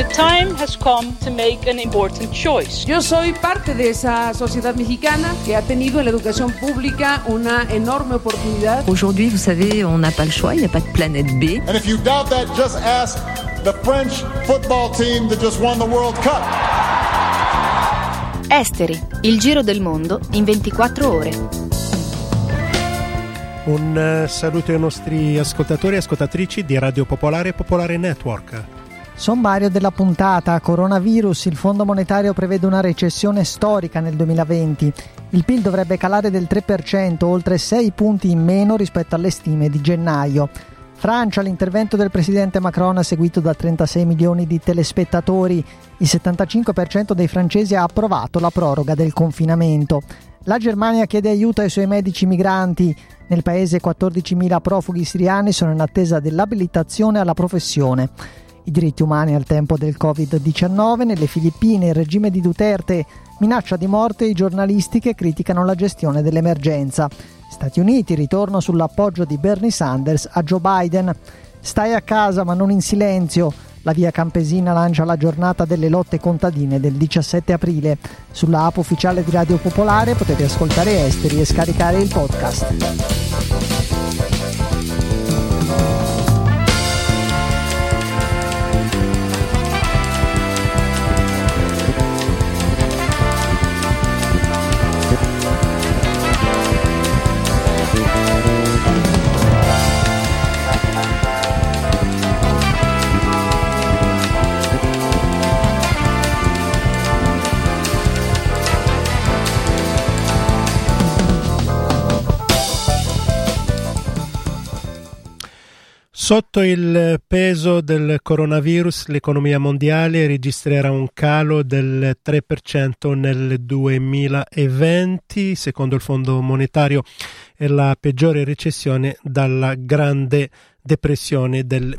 The time has come to make an important choice. Yo soy parte de esa sociedad mexicana que ha tenido en la educación pública una enorme oportunidad. Aujourd'hui, vous savez, on n'a pas le choix, il n'y a pas de planète B. And if you doubt that, just ask the French football team that just won the World Cup. Esteri, il giro del mondo in 24 ore. Un saluto ai nostri ascoltatori e ascoltatrici di Radio Popolare e Popolare Network. Sommario della puntata: coronavirus, il Fondo Monetario prevede una recessione storica nel 2020. Il PIL dovrebbe calare del 3%, oltre 6 punti in meno rispetto alle stime di gennaio. Francia, l'intervento del presidente Macron seguito da 36 milioni di telespettatori. Il 75% dei francesi ha approvato la proroga del confinamento. La Germania chiede aiuto ai suoi medici migranti. Nel paese 14.000 profughi siriani sono in attesa dell'abilitazione alla professione. I diritti umani al tempo del Covid-19. Nelle Filippine il regime di Duterte minaccia di morte i giornalisti che criticano la gestione dell'emergenza. Stati Uniti, ritorno sull'appoggio di Bernie Sanders a Joe Biden. Stai a casa ma non in silenzio. La Via Campesina lancia la giornata delle lotte contadine del 17 aprile. Sulla app ufficiale di Radio Popolare potete ascoltare Esteri e scaricare il podcast. Sotto il peso del coronavirus, l'economia mondiale registrerà un calo del 3% nel 2020, secondo il Fondo Monetario è la peggiore recessione dalla Grande Depressione del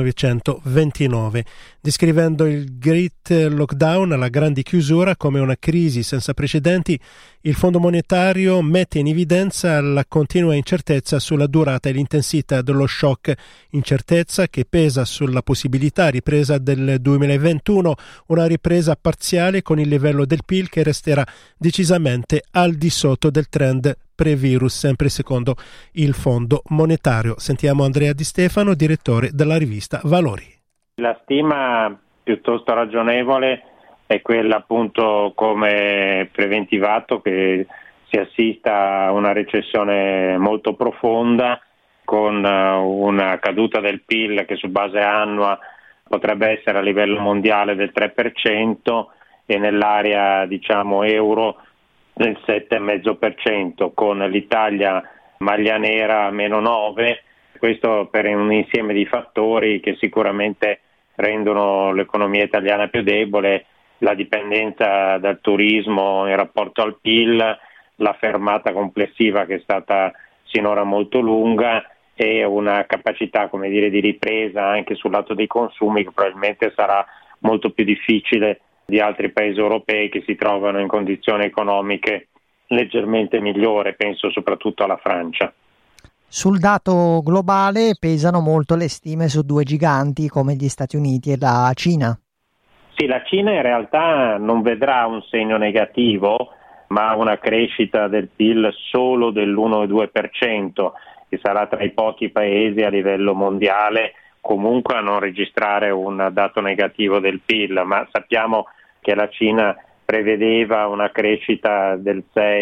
1929, descrivendo il Great Lockdown, la grande chiusura, come una crisi senza precedenti. Il Fondo Monetario mette in evidenza la continua incertezza sulla durata e l'intensità dello shock, incertezza che pesa sulla possibilità ripresa del 2021, una ripresa parziale con il livello del PIL che resterà decisamente al di sotto del trend pre-virus, sempre secondo il Fondo Monetario. Sentiamo Andrea Di Stefano, direttore della rivista Valori. La stima piuttosto ragionevole è quella appunto come preventivato che si assista a una recessione molto profonda con una caduta del PIL che su base annua potrebbe essere a livello mondiale del 3% e nell'area euro del 7,5%, con l'Italia maglia nera meno 9%, questo per un insieme di fattori che sicuramente rendono l'economia italiana più debole, la dipendenza dal turismo in rapporto al PIL, la fermata complessiva che è stata sinora molto lunga e una capacità di ripresa anche sul lato dei consumi che probabilmente sarà molto più difficile di altri paesi europei che si trovano in condizioni economiche leggermente migliori, penso soprattutto alla Francia. Sul dato globale pesano molto le stime su due giganti come gli Stati Uniti e la Cina. Sì, la Cina in realtà non vedrà un segno negativo, ma una crescita del PIL solo dell'1,2%, che sarà tra i pochi paesi a livello mondiale comunque a non registrare un dato negativo del PIL, ma sappiamo che la Cina prevedeva una crescita del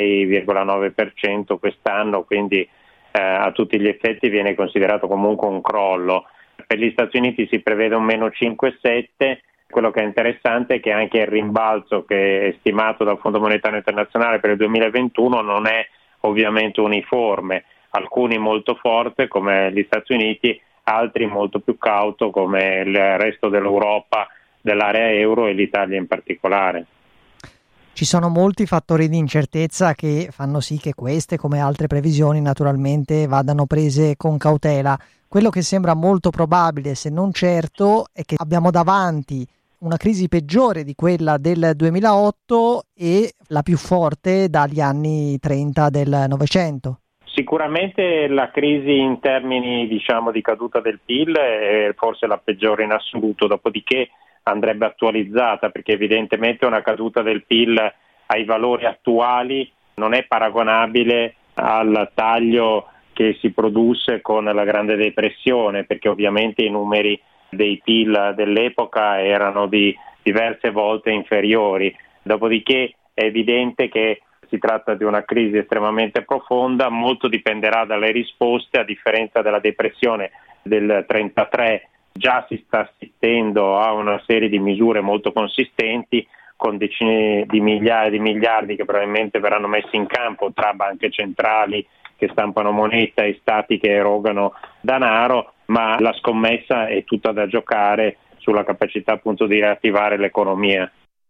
6,9% quest'anno, quindi a tutti gli effetti viene considerato comunque un crollo. Per gli Stati Uniti si prevede un meno 5,7%, quello che è interessante è che anche il rimbalzo che è stimato dal Fondo Monetario Internazionale per il 2021 non è ovviamente uniforme, alcuni molto forte come gli Stati Uniti, altri molto più cauto come il resto dell'Europa, dell'area euro e l'Italia in particolare. Ci sono molti fattori di incertezza che fanno sì che queste, come altre previsioni, naturalmente vadano prese con cautela. Quello che sembra molto probabile, se non certo, è che abbiamo davanti una crisi peggiore di quella del 2008 e la più forte dagli anni 30 del Novecento. Sicuramente la crisi in termini di caduta del PIL è forse la peggiore in assoluto, dopodiché andrebbe attualizzata, perché evidentemente una caduta del PIL ai valori attuali non è paragonabile al taglio che si produsse con la Grande Depressione, perché ovviamente i numeri dei PIL dell'epoca erano di diverse volte inferiori. Dopodiché è evidente che si tratta di una crisi estremamente profonda, molto dipenderà dalle risposte. A differenza della depressione del 1933, già si sta assistendo a una serie di misure molto consistenti, con decine di migliaia di miliardi che probabilmente verranno messi in campo tra banche centrali che stampano moneta e stati che erogano denaro, ma la scommessa è tutta da giocare sulla capacità appunto di riattivare l'economia.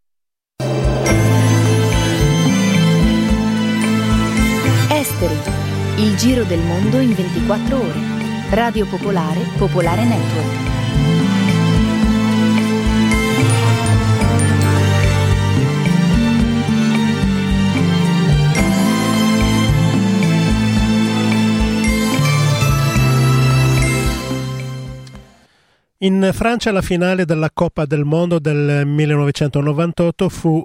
Esteri, il giro del mondo in 24 ore. Radio Popolare, Popolare Network. In Francia la finale della Coppa del Mondo del 1998 fu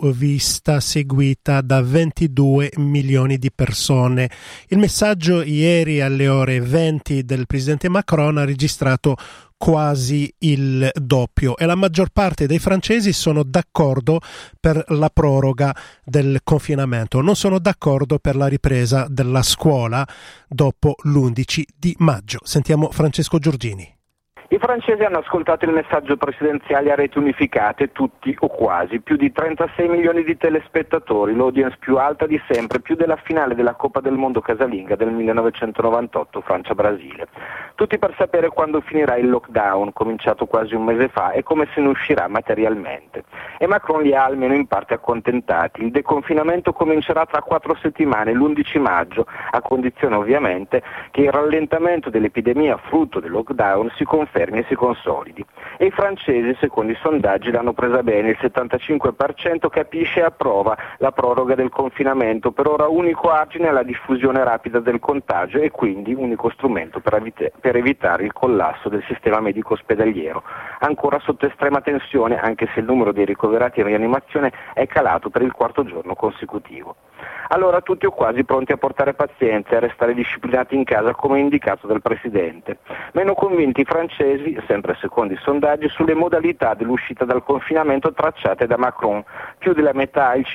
seguita da 22 milioni di persone. Il messaggio ieri alle ore 20 del presidente Macron ha registrato quasi il doppio e la maggior parte dei francesi sono d'accordo per la proroga del confinamento, non sono d'accordo per la ripresa della scuola dopo l'11 di maggio. Sentiamo Francesco Giorgini. I francesi hanno ascoltato il messaggio presidenziale a reti unificate, tutti o quasi, più di 36 milioni di telespettatori, l'audience più alta di sempre, più della finale della Coppa del Mondo casalinga del 1998 Francia-Brasile. Tutti per sapere quando finirà il lockdown, cominciato quasi un mese fa, e come se ne uscirà materialmente. E Macron li ha almeno in parte accontentati. Il deconfinamento comincerà tra 4 settimane, l'11 maggio, a condizione ovviamente che il rallentamento dell'epidemia frutto del lockdown si confermi e si consolidi. E i francesi, secondo i sondaggi, l'hanno presa bene, il 75% capisce e approva la proroga del confinamento, per ora unico argine alla diffusione rapida del contagio e quindi unico strumento per evitare il collasso del sistema medico ospedaliero, ancora sotto estrema tensione anche se il numero dei ricoverati in rianimazione è calato per il 4º giorno consecutivo. Allora tutti o quasi pronti a portare pazienza e a restare disciplinati in casa come indicato dal Presidente. Meno convinti i francesi, sempre secondo i sondaggi, sulle modalità dell'uscita dal confinamento tracciate da Macron. Più della metà, il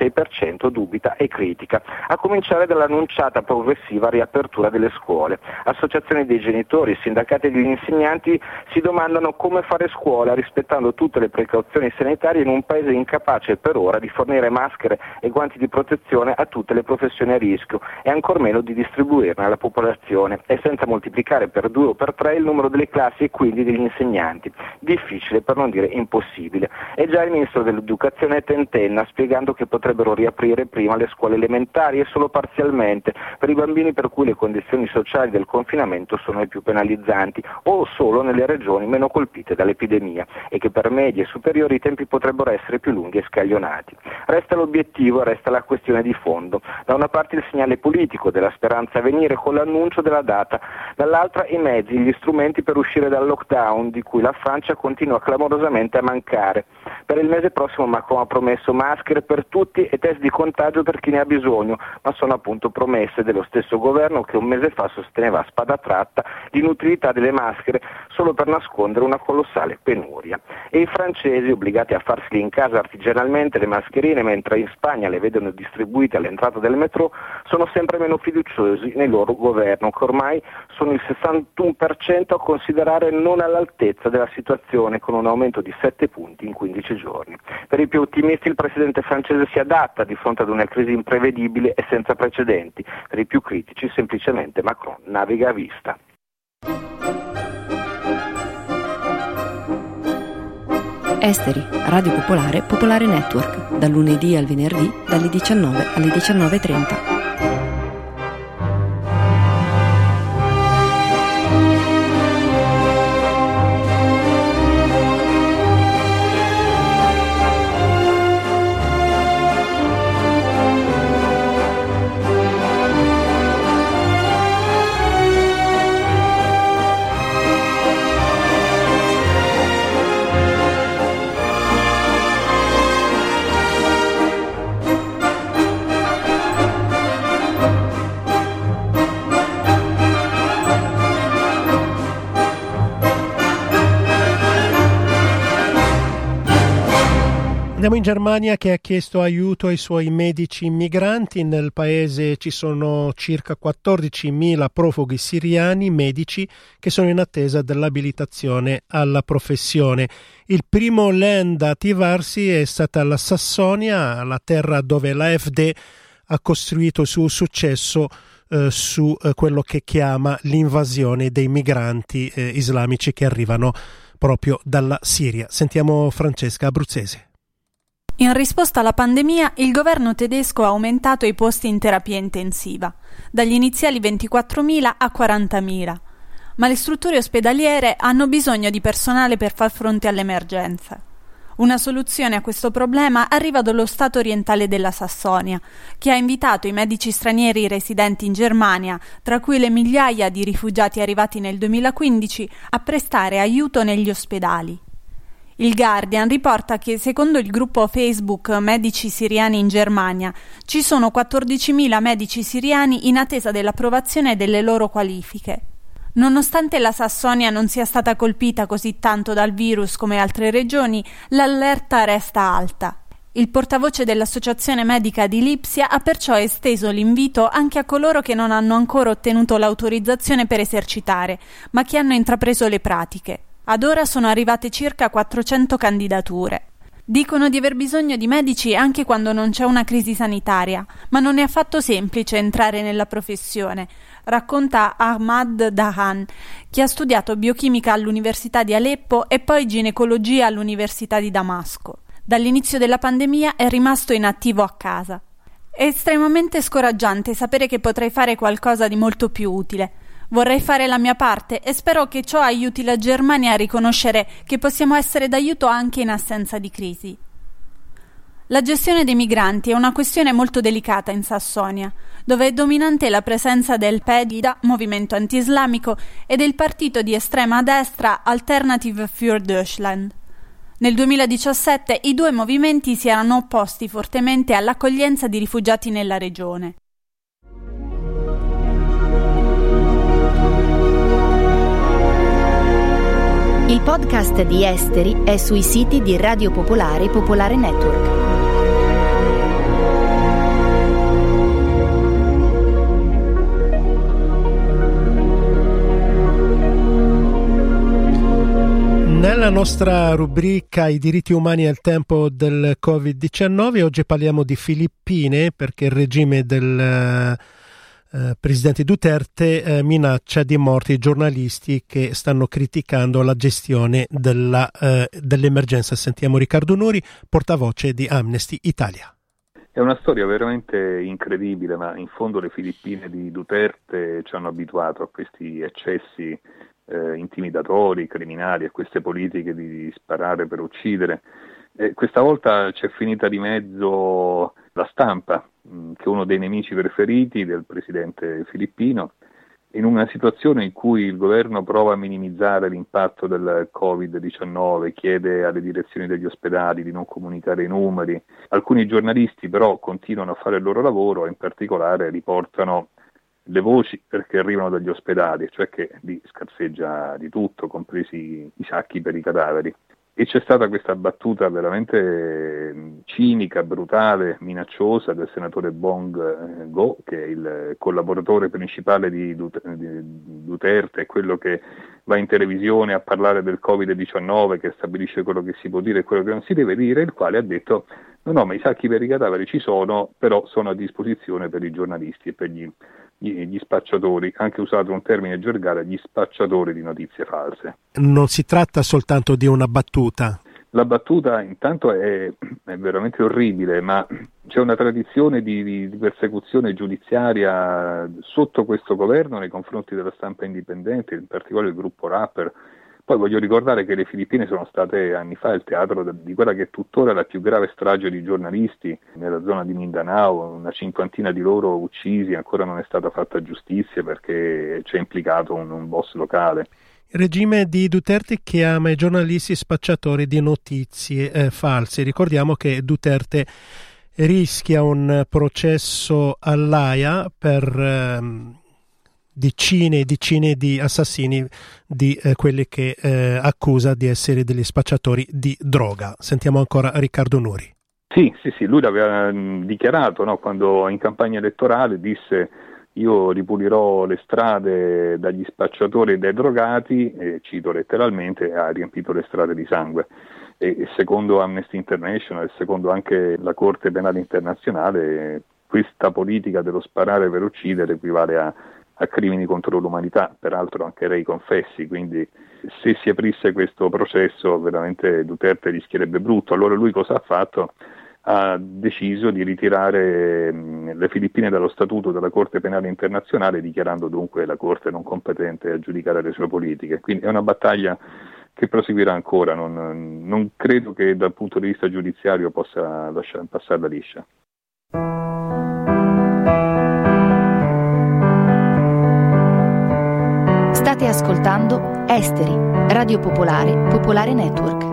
56%, dubita e critica, a cominciare dall'annunciata progressiva riapertura delle scuole. Associazioni dei genitori, sindacati degli insegnanti si domandano come fare scuola rispettando tutte le precauzioni sanitarie in un paese incapace per ora di fornire maschere e guanti di protezione a tutte le professioni a rischio e ancor meno di distribuirne alla popolazione, e senza moltiplicare per 2 o per 3 il numero delle classi e quindi degli insegnanti. Difficile, per non dire impossibile. E già il ministro dell'Educazione tentenna spiegando che potrebbero riaprire prima le scuole elementari e solo parzialmente per i bambini per cui le condizioni sociali del confinamento sono le più penalizzanti o solo nelle regioni meno colpite dall'epidemia, e che per medie e superiori i tempi potrebbero essere più lunghi e scaglionati. Resta l'obiettivo, resta la questione di fondo. Da una parte il segnale politico della speranza a venire con l'annuncio della data, dall'altra i mezzi, gli strumenti per uscire dal lockdown di cui la Francia continua clamorosamente a mancare. Per il mese prossimo Macron ha promesso maschere per tutti e test di contagio per chi ne ha bisogno, ma sono appunto promesse dello stesso governo che un mese fa sosteneva a spada tratta l'inutilità delle maschere solo per nascondere una colossale penuria. E i francesi, obbligati a farseli in casa artigianalmente le mascherine mentre in Spagna le vedono distribuite all'entrata del metro, sono sempre meno fiduciosi nel loro governo, che ormai sono il 61% a considerare non all'altezza della situazione, con un aumento di 7 punti in 15 giorni. Per i più ottimisti il presidente francese si adatta di fronte ad una crisi imprevedibile e senza precedenti, per i più critici semplicemente Macron naviga a vista. Esteri, Radio Popolare, Popolare Network, dal lunedì al venerdì, dalle 19 alle 19:30. Andiamo in Germania, che ha chiesto aiuto ai suoi medici migranti. Nel paese ci sono circa 14.000 profughi siriani medici che sono in attesa dell'abilitazione alla professione. Il primo land a attivarsi è stata la Sassonia, la terra dove l'AfD ha costruito il suo successo su quello che chiama l'invasione dei migranti islamici che arrivano proprio dalla Siria. Sentiamo Francesca Abruzzese. In risposta alla pandemia, il governo tedesco ha aumentato i posti in terapia intensiva, dagli iniziali 24.000 a 40.000. Ma le strutture ospedaliere hanno bisogno di personale per far fronte alle emergenze. Una soluzione a questo problema arriva dallo Stato orientale della Sassonia, che ha invitato i medici stranieri residenti in Germania, tra cui le migliaia di rifugiati arrivati nel 2015, a prestare aiuto negli ospedali. Il Guardian riporta che, secondo il gruppo Facebook Medici Siriani in Germania, ci sono 14.000 medici siriani in attesa dell'approvazione delle loro qualifiche. Nonostante la Sassonia non sia stata colpita così tanto dal virus come altre regioni, l'allerta resta alta. Il portavoce dell'Associazione Medica di Lipsia ha perciò esteso l'invito anche a coloro che non hanno ancora ottenuto l'autorizzazione per esercitare, ma che hanno intrapreso le pratiche. Ad ora sono arrivate circa 400 candidature. Dicono di aver bisogno di medici anche quando non c'è una crisi sanitaria, ma non è affatto semplice entrare nella professione, racconta Ahmad Dahan, che ha studiato biochimica all'Università di Aleppo e poi ginecologia all'Università di Damasco. Dall'inizio della pandemia è rimasto inattivo a casa. È estremamente scoraggiante sapere che potrei fare qualcosa di molto più utile. Vorrei fare la mia parte e spero che ciò aiuti la Germania a riconoscere che possiamo essere d'aiuto anche in assenza di crisi. La gestione dei migranti è una questione molto delicata in Sassonia, dove è dominante la presenza del Pegida, movimento anti-islamico, e del partito di estrema destra Alternative für Deutschland. Nel 2017 i due movimenti si erano opposti fortemente all'accoglienza di rifugiati nella regione. Il podcast di Esteri è sui siti di Radio Popolare e Popolare Network. Nella nostra rubrica I diritti umani al tempo del Covid-19 oggi parliamo di Filippine, perché il regime del presidente Duterte minaccia di morte i giornalisti che stanno criticando la gestione dell'emergenza. Sentiamo Riccardo Nuri, portavoce di Amnesty Italia. È una storia veramente incredibile, ma in fondo le Filippine di Duterte ci hanno abituato a questi eccessi intimidatori, criminali, a queste politiche di sparare per uccidere. Questa volta c'è finita di mezzo la stampa, che è uno dei nemici preferiti del presidente filippino, in una situazione in cui il governo prova a minimizzare l'impatto del Covid-19, chiede alle direzioni degli ospedali di non comunicare i numeri. Alcuni giornalisti però continuano a fare il loro lavoro e in particolare riportano le voci perché arrivano dagli ospedali, cioè che lì scarseggia di tutto, compresi i sacchi per i cadaveri. E c'è stata questa battuta veramente cinica, brutale, minacciosa del senatore Bong Go, che è il collaboratore principale di Duterte, è quello che va in televisione a parlare del Covid-19, che stabilisce quello che si può dire e quello che non si deve dire, il quale ha detto no, ma i sacchi per i cadaveri ci sono, però sono a disposizione per i giornalisti e per gli spacciatori, anche usato un termine gergale, gli spacciatori di notizie false. Non si tratta soltanto di una battuta. La battuta intanto è veramente orribile, ma c'è una tradizione di persecuzione giudiziaria sotto questo governo nei confronti della stampa indipendente, in particolare il gruppo Rapper. Poi voglio ricordare che le Filippine sono state anni fa il teatro di quella che è tuttora la più grave strage di giornalisti nella zona di Mindanao, una cinquantina di loro uccisi, ancora non è stata fatta giustizia perché c'è implicato un boss locale. Il regime di Duterte chiama i giornalisti spacciatori di notizie false. Ricordiamo che Duterte rischia un processo all'Aia per decine e decine di assassini di quelli che accusa di essere degli spacciatori di droga. Sentiamo ancora Riccardo Nuri. Sì, lui l'aveva dichiarato, no? Quando in campagna elettorale disse: io ripulirò le strade dagli spacciatori e dai drogati, e cito letteralmente, ha riempito le strade di sangue. E secondo Amnesty International e secondo anche la Corte Penale Internazionale, questa politica dello sparare per uccidere equivale a crimini contro l'umanità, peraltro anche rei confessi, quindi se si aprisse questo processo veramente Duterte rischierebbe brutto. Allora lui cosa ha fatto? Ha deciso di ritirare le Filippine dallo statuto della Corte Penale Internazionale, dichiarando dunque la Corte non competente a giudicare le sue politiche. Quindi è una battaglia che proseguirà ancora, non credo che dal punto di vista giudiziario possa passarla liscia. State ascoltando Esteri, Radio Popolare, Popolare Network.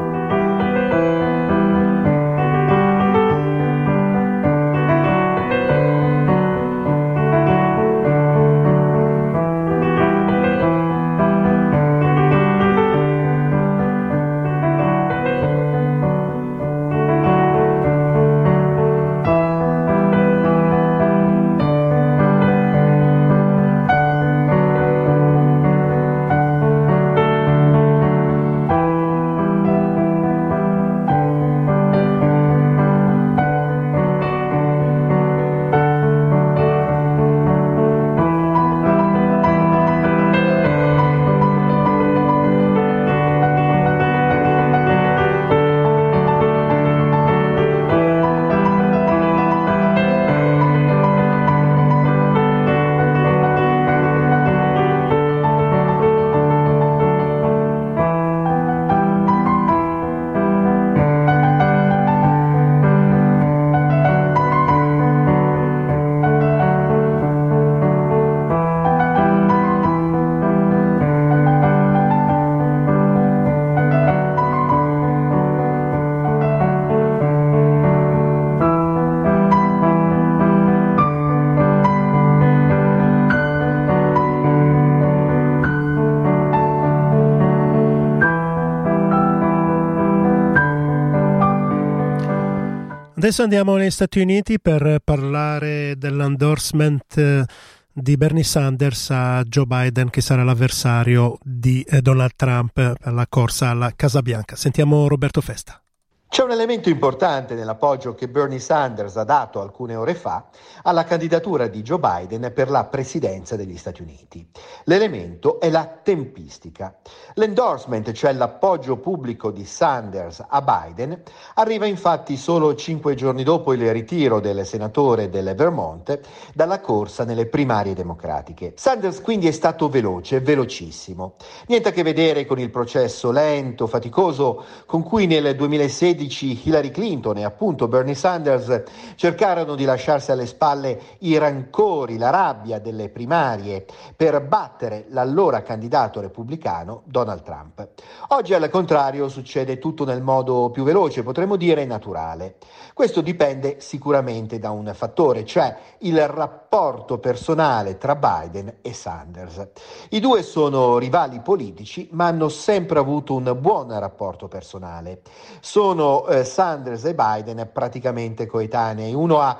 Adesso andiamo negli Stati Uniti per parlare dell'endorsement di Bernie Sanders a Joe Biden, che sarà l'avversario di Donald Trump per la corsa alla Casa Bianca. Sentiamo Roberto Festa. C'è un elemento importante nell'appoggio che Bernie Sanders ha dato alcune ore fa alla candidatura di Joe Biden per la presidenza degli Stati Uniti. L'elemento è la tempistica. L'endorsement, cioè l'appoggio pubblico di Sanders a Biden, arriva infatti solo 5 giorni dopo il ritiro del senatore del Vermont dalla corsa nelle primarie democratiche. Sanders quindi è stato veloce, velocissimo. Niente a che vedere con il processo lento, faticoso con cui nel 2016 Hillary Clinton e appunto Bernie Sanders cercarono di lasciarsi alle spalle i rancori, la rabbia delle primarie per battere l'allora candidato repubblicano Donald Trump. Oggi al contrario succede tutto nel modo più veloce, potremmo dire naturale. Questo dipende sicuramente da un fattore, cioè il rapporto personale tra Biden e Sanders. I due sono rivali politici, ma hanno sempre avuto un buon rapporto personale. Sono Sanders e Biden praticamente coetanei, uno ha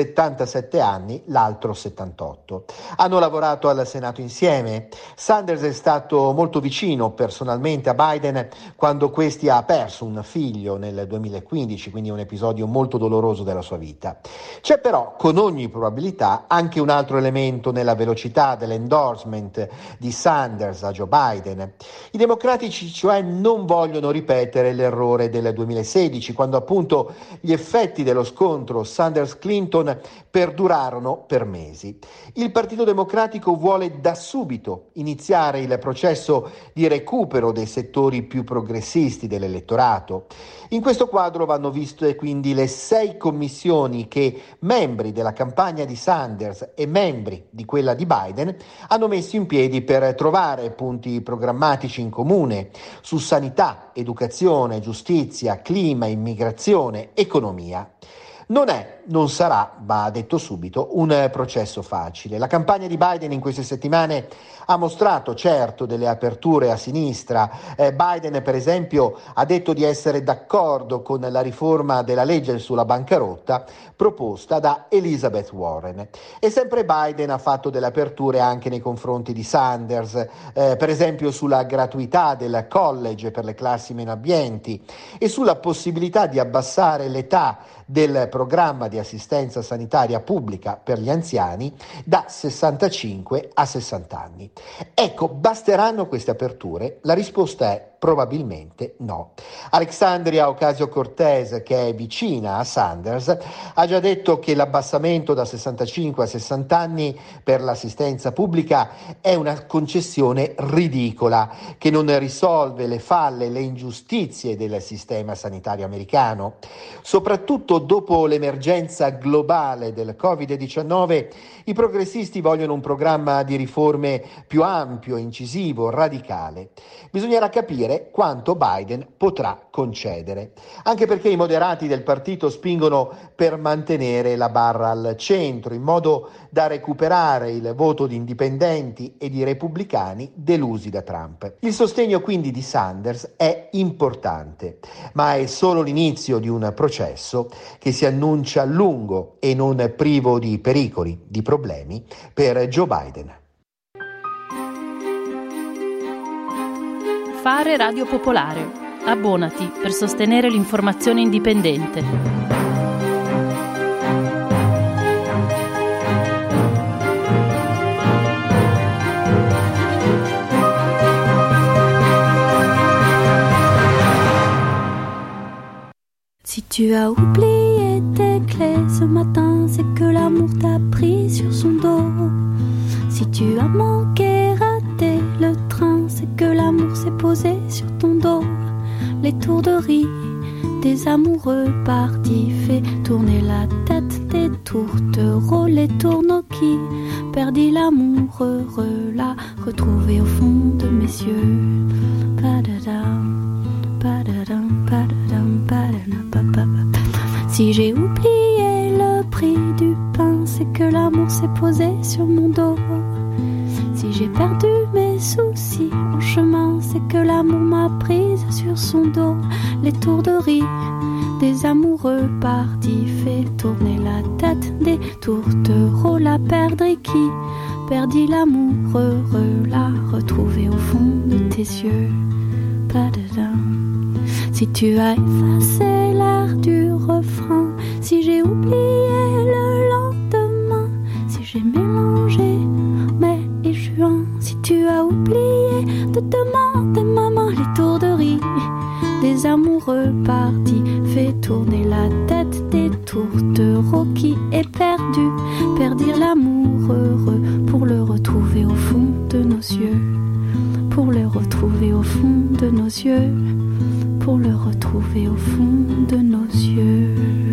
77 anni, l'altro 78. Hanno lavorato al Senato insieme. Sanders è stato molto vicino personalmente a Biden quando questi ha perso un figlio nel 2015, quindi un episodio molto doloroso della sua vita. C'è però con ogni probabilità anche un altro elemento nella velocità dell'endorsement di Sanders a Joe Biden. I democratici cioè non vogliono ripetere l'errore del 2016, quando appunto gli effetti dello scontro Sanders-Clinton perdurarono per mesi. Il Partito Democratico vuole da subito iniziare il processo di recupero dei settori più progressisti dell'elettorato. In questo quadro vanno viste quindi le 6 commissioni che membri della campagna di Sanders e membri di quella di Biden hanno messo in piedi per trovare punti programmatici in comune su sanità, educazione, giustizia, clima, immigrazione, economia. Non è non sarà, va detto subito, un processo facile. La campagna di Biden in queste settimane ha mostrato certo delle aperture a sinistra. Biden, per esempio, ha detto di essere d'accordo con la riforma della legge sulla bancarotta proposta da Elizabeth Warren. E sempre Biden ha fatto delle aperture anche nei confronti di Sanders, per esempio sulla gratuità del college per le classi meno abbienti e sulla possibilità di abbassare l'età del programma di assistenza sanitaria pubblica per gli anziani da 65 a 60 anni. Ecco, basteranno queste aperture? La risposta è probabilmente no. Alexandria Ocasio-Cortez, che è vicina a Sanders, ha già detto che l'abbassamento da 65 a 60 anni per l'assistenza pubblica è una concessione ridicola, che non risolve le falle, le ingiustizie del sistema sanitario americano. Soprattutto dopo l'emergenza globale del Covid-19, i progressisti vogliono un programma di riforme più ampio, incisivo, radicale. Bisognerà capire quanto Biden potrà concedere, anche perché i moderati del partito spingono per mantenere la barra al centro, in modo da recuperare il voto di indipendenti e di repubblicani delusi da Trump. Il sostegno quindi di Sanders è importante, ma è solo l'inizio di un processo che si annuncia lungo e non privo di pericoli, di problemi per Joe Biden. Fare Radio Popolare. Abbonati per sostenere l'informazione indipendente. Si tu as oublié tes clés ce matin, c'est que l'amour t'a pris sur son dos. Si tu as manqué, raté le train, c'est que l'amour s'est posé sur ton dos. Les tourderies des amoureux partis fait tourner la tête des tourtereaux, les tourneaux qui perdit l'amour heureux, l'a retrouvé au fond de mes yeux. Si j'ai oublié le prix du pain, c'est que l'amour s'est posé sur mon dos. Si j'ai perdu mes soucis en chemin, c'est que l'amour m'a prise sur son dos. Les tourderies des amoureux partis fait tourner la tête des tourtereaux, la perdrix qui perdit l'amour heureux, l'a retrouvé au fond de tes yeux. Si tu as effacé l'air du refrain, si j'ai oublié le lendemain, si j'ai mélangé mai et juin, si tu as oublié de demander maman, les tourderies des amoureux partis fait tourner la tête des tourtereaux qui est perdu, perdirent l'amour heureux pour le retrouver au fond de nos yeux, pour le retrouver au fond de nos yeux, pour le retrouver au fond de nos yeux.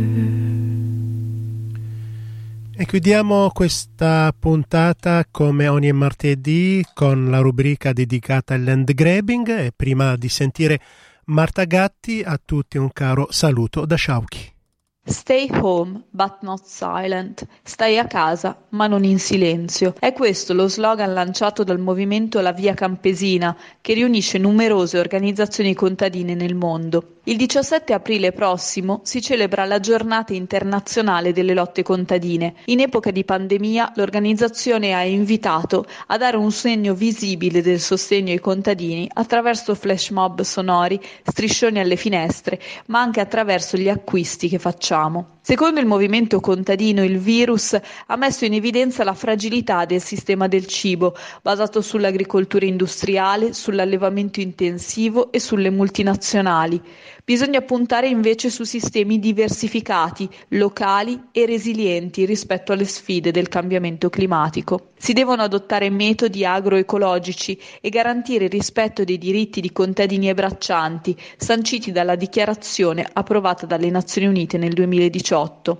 E chiudiamo questa puntata come ogni martedì con la rubrica dedicata al land grabbing e prima di sentire Marta Gatti a tutti un caro saluto da Sciauchi. Stay home but not silent. Stai a casa ma non in silenzio. È questo lo slogan lanciato dal movimento La Via Campesina, che riunisce numerose organizzazioni contadine nel mondo. Il 17 aprile prossimo si celebra la Giornata internazionale delle lotte contadine. In epoca di pandemia l'organizzazione ha invitato a dare un segno visibile del sostegno ai contadini attraverso flash mob sonori, striscioni alle finestre, ma anche attraverso gli acquisti che facciamo. Secondo il movimento contadino, il virus ha messo in evidenza la fragilità del sistema del cibo, basato sull'agricoltura industriale, sull'allevamento intensivo e sulle multinazionali. Bisogna puntare invece su sistemi diversificati, locali e resilienti rispetto alle sfide del cambiamento climatico. Si devono adottare metodi agroecologici e garantire il rispetto dei diritti di contadini e braccianti, sanciti dalla dichiarazione approvata dalle Nazioni Unite nel 2018.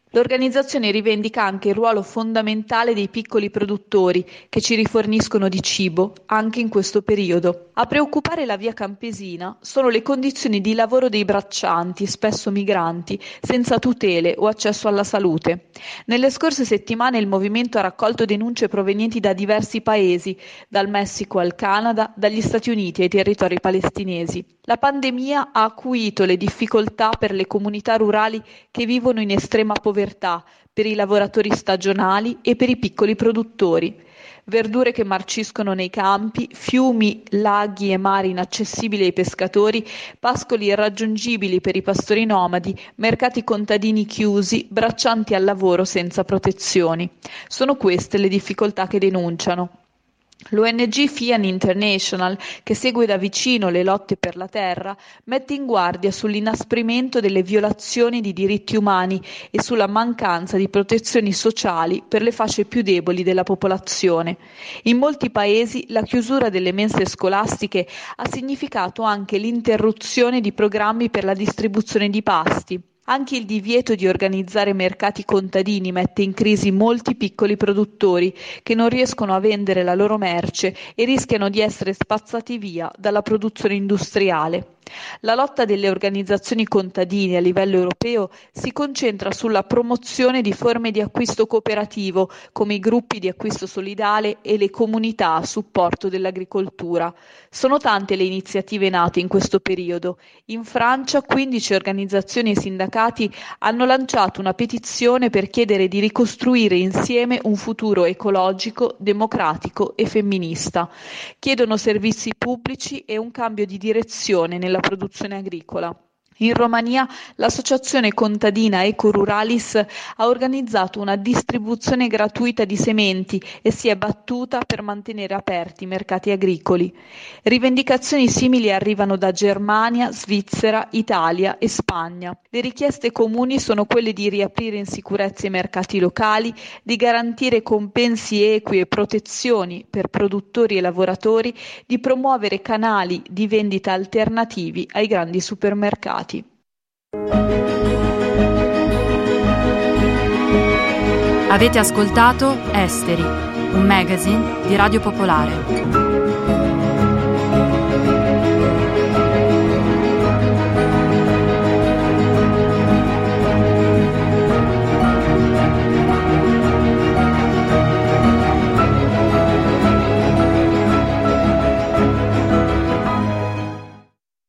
L'organizzazione rivendica anche il ruolo fondamentale dei piccoli produttori che ci riforniscono di cibo anche in questo periodo. A preoccupare la via campesina sono le condizioni di lavoro dei braccianti, spesso migranti, senza tutele o accesso alla salute. Nelle scorse settimane il movimento ha raccolto denunce provenienti da diversi paesi, dal Messico al Canada, dagli Stati Uniti ai territori palestinesi. La pandemia ha acuito le difficoltà per le comunità rurali che vivono in estrema povertà, per i lavoratori stagionali e per i piccoli produttori. Verdure che marciscono nei campi, fiumi, laghi e mari inaccessibili ai pescatori, pascoli irraggiungibili per i pastori nomadi, mercati contadini chiusi, braccianti al lavoro senza protezioni. Sono queste le difficoltà che denunciano. L'ONG FIAN International, che segue da vicino le lotte per la terra, mette in guardia sull'inasprimento delle violazioni di diritti umani e sulla mancanza di protezioni sociali per le fasce più deboli della popolazione. In molti paesi la chiusura delle mense scolastiche ha significato anche l'interruzione di programmi per la distribuzione di pasti. Anche il divieto di organizzare mercati contadini mette in crisi molti piccoli produttori che non riescono a vendere la loro merce e rischiano di essere spazzati via dalla produzione industriale. La lotta delle organizzazioni contadine a livello europeo si concentra sulla promozione di forme di acquisto cooperativo, come i gruppi di acquisto solidale e le comunità a supporto dell'agricoltura. Sono tante le iniziative nate in questo periodo. In Francia 15 organizzazioni e sindacati hanno lanciato una petizione per chiedere di ricostruire insieme un futuro ecologico, democratico e femminista. Chiedono servizi pubblici e un cambio di direzione nella produzione agricola. In Romania l'associazione contadina Ecoruralis ha organizzato una distribuzione gratuita di sementi e si è battuta per mantenere aperti i mercati agricoli. Rivendicazioni simili arrivano da Germania, Svizzera, Italia e Spagna. Le richieste comuni sono quelle di riaprire in sicurezza i mercati locali, di garantire compensi equi e protezioni per produttori e lavoratori, di promuovere canali di vendita alternativi ai grandi supermercati. Avete ascoltato Esteri, un magazine di Radio Popolare.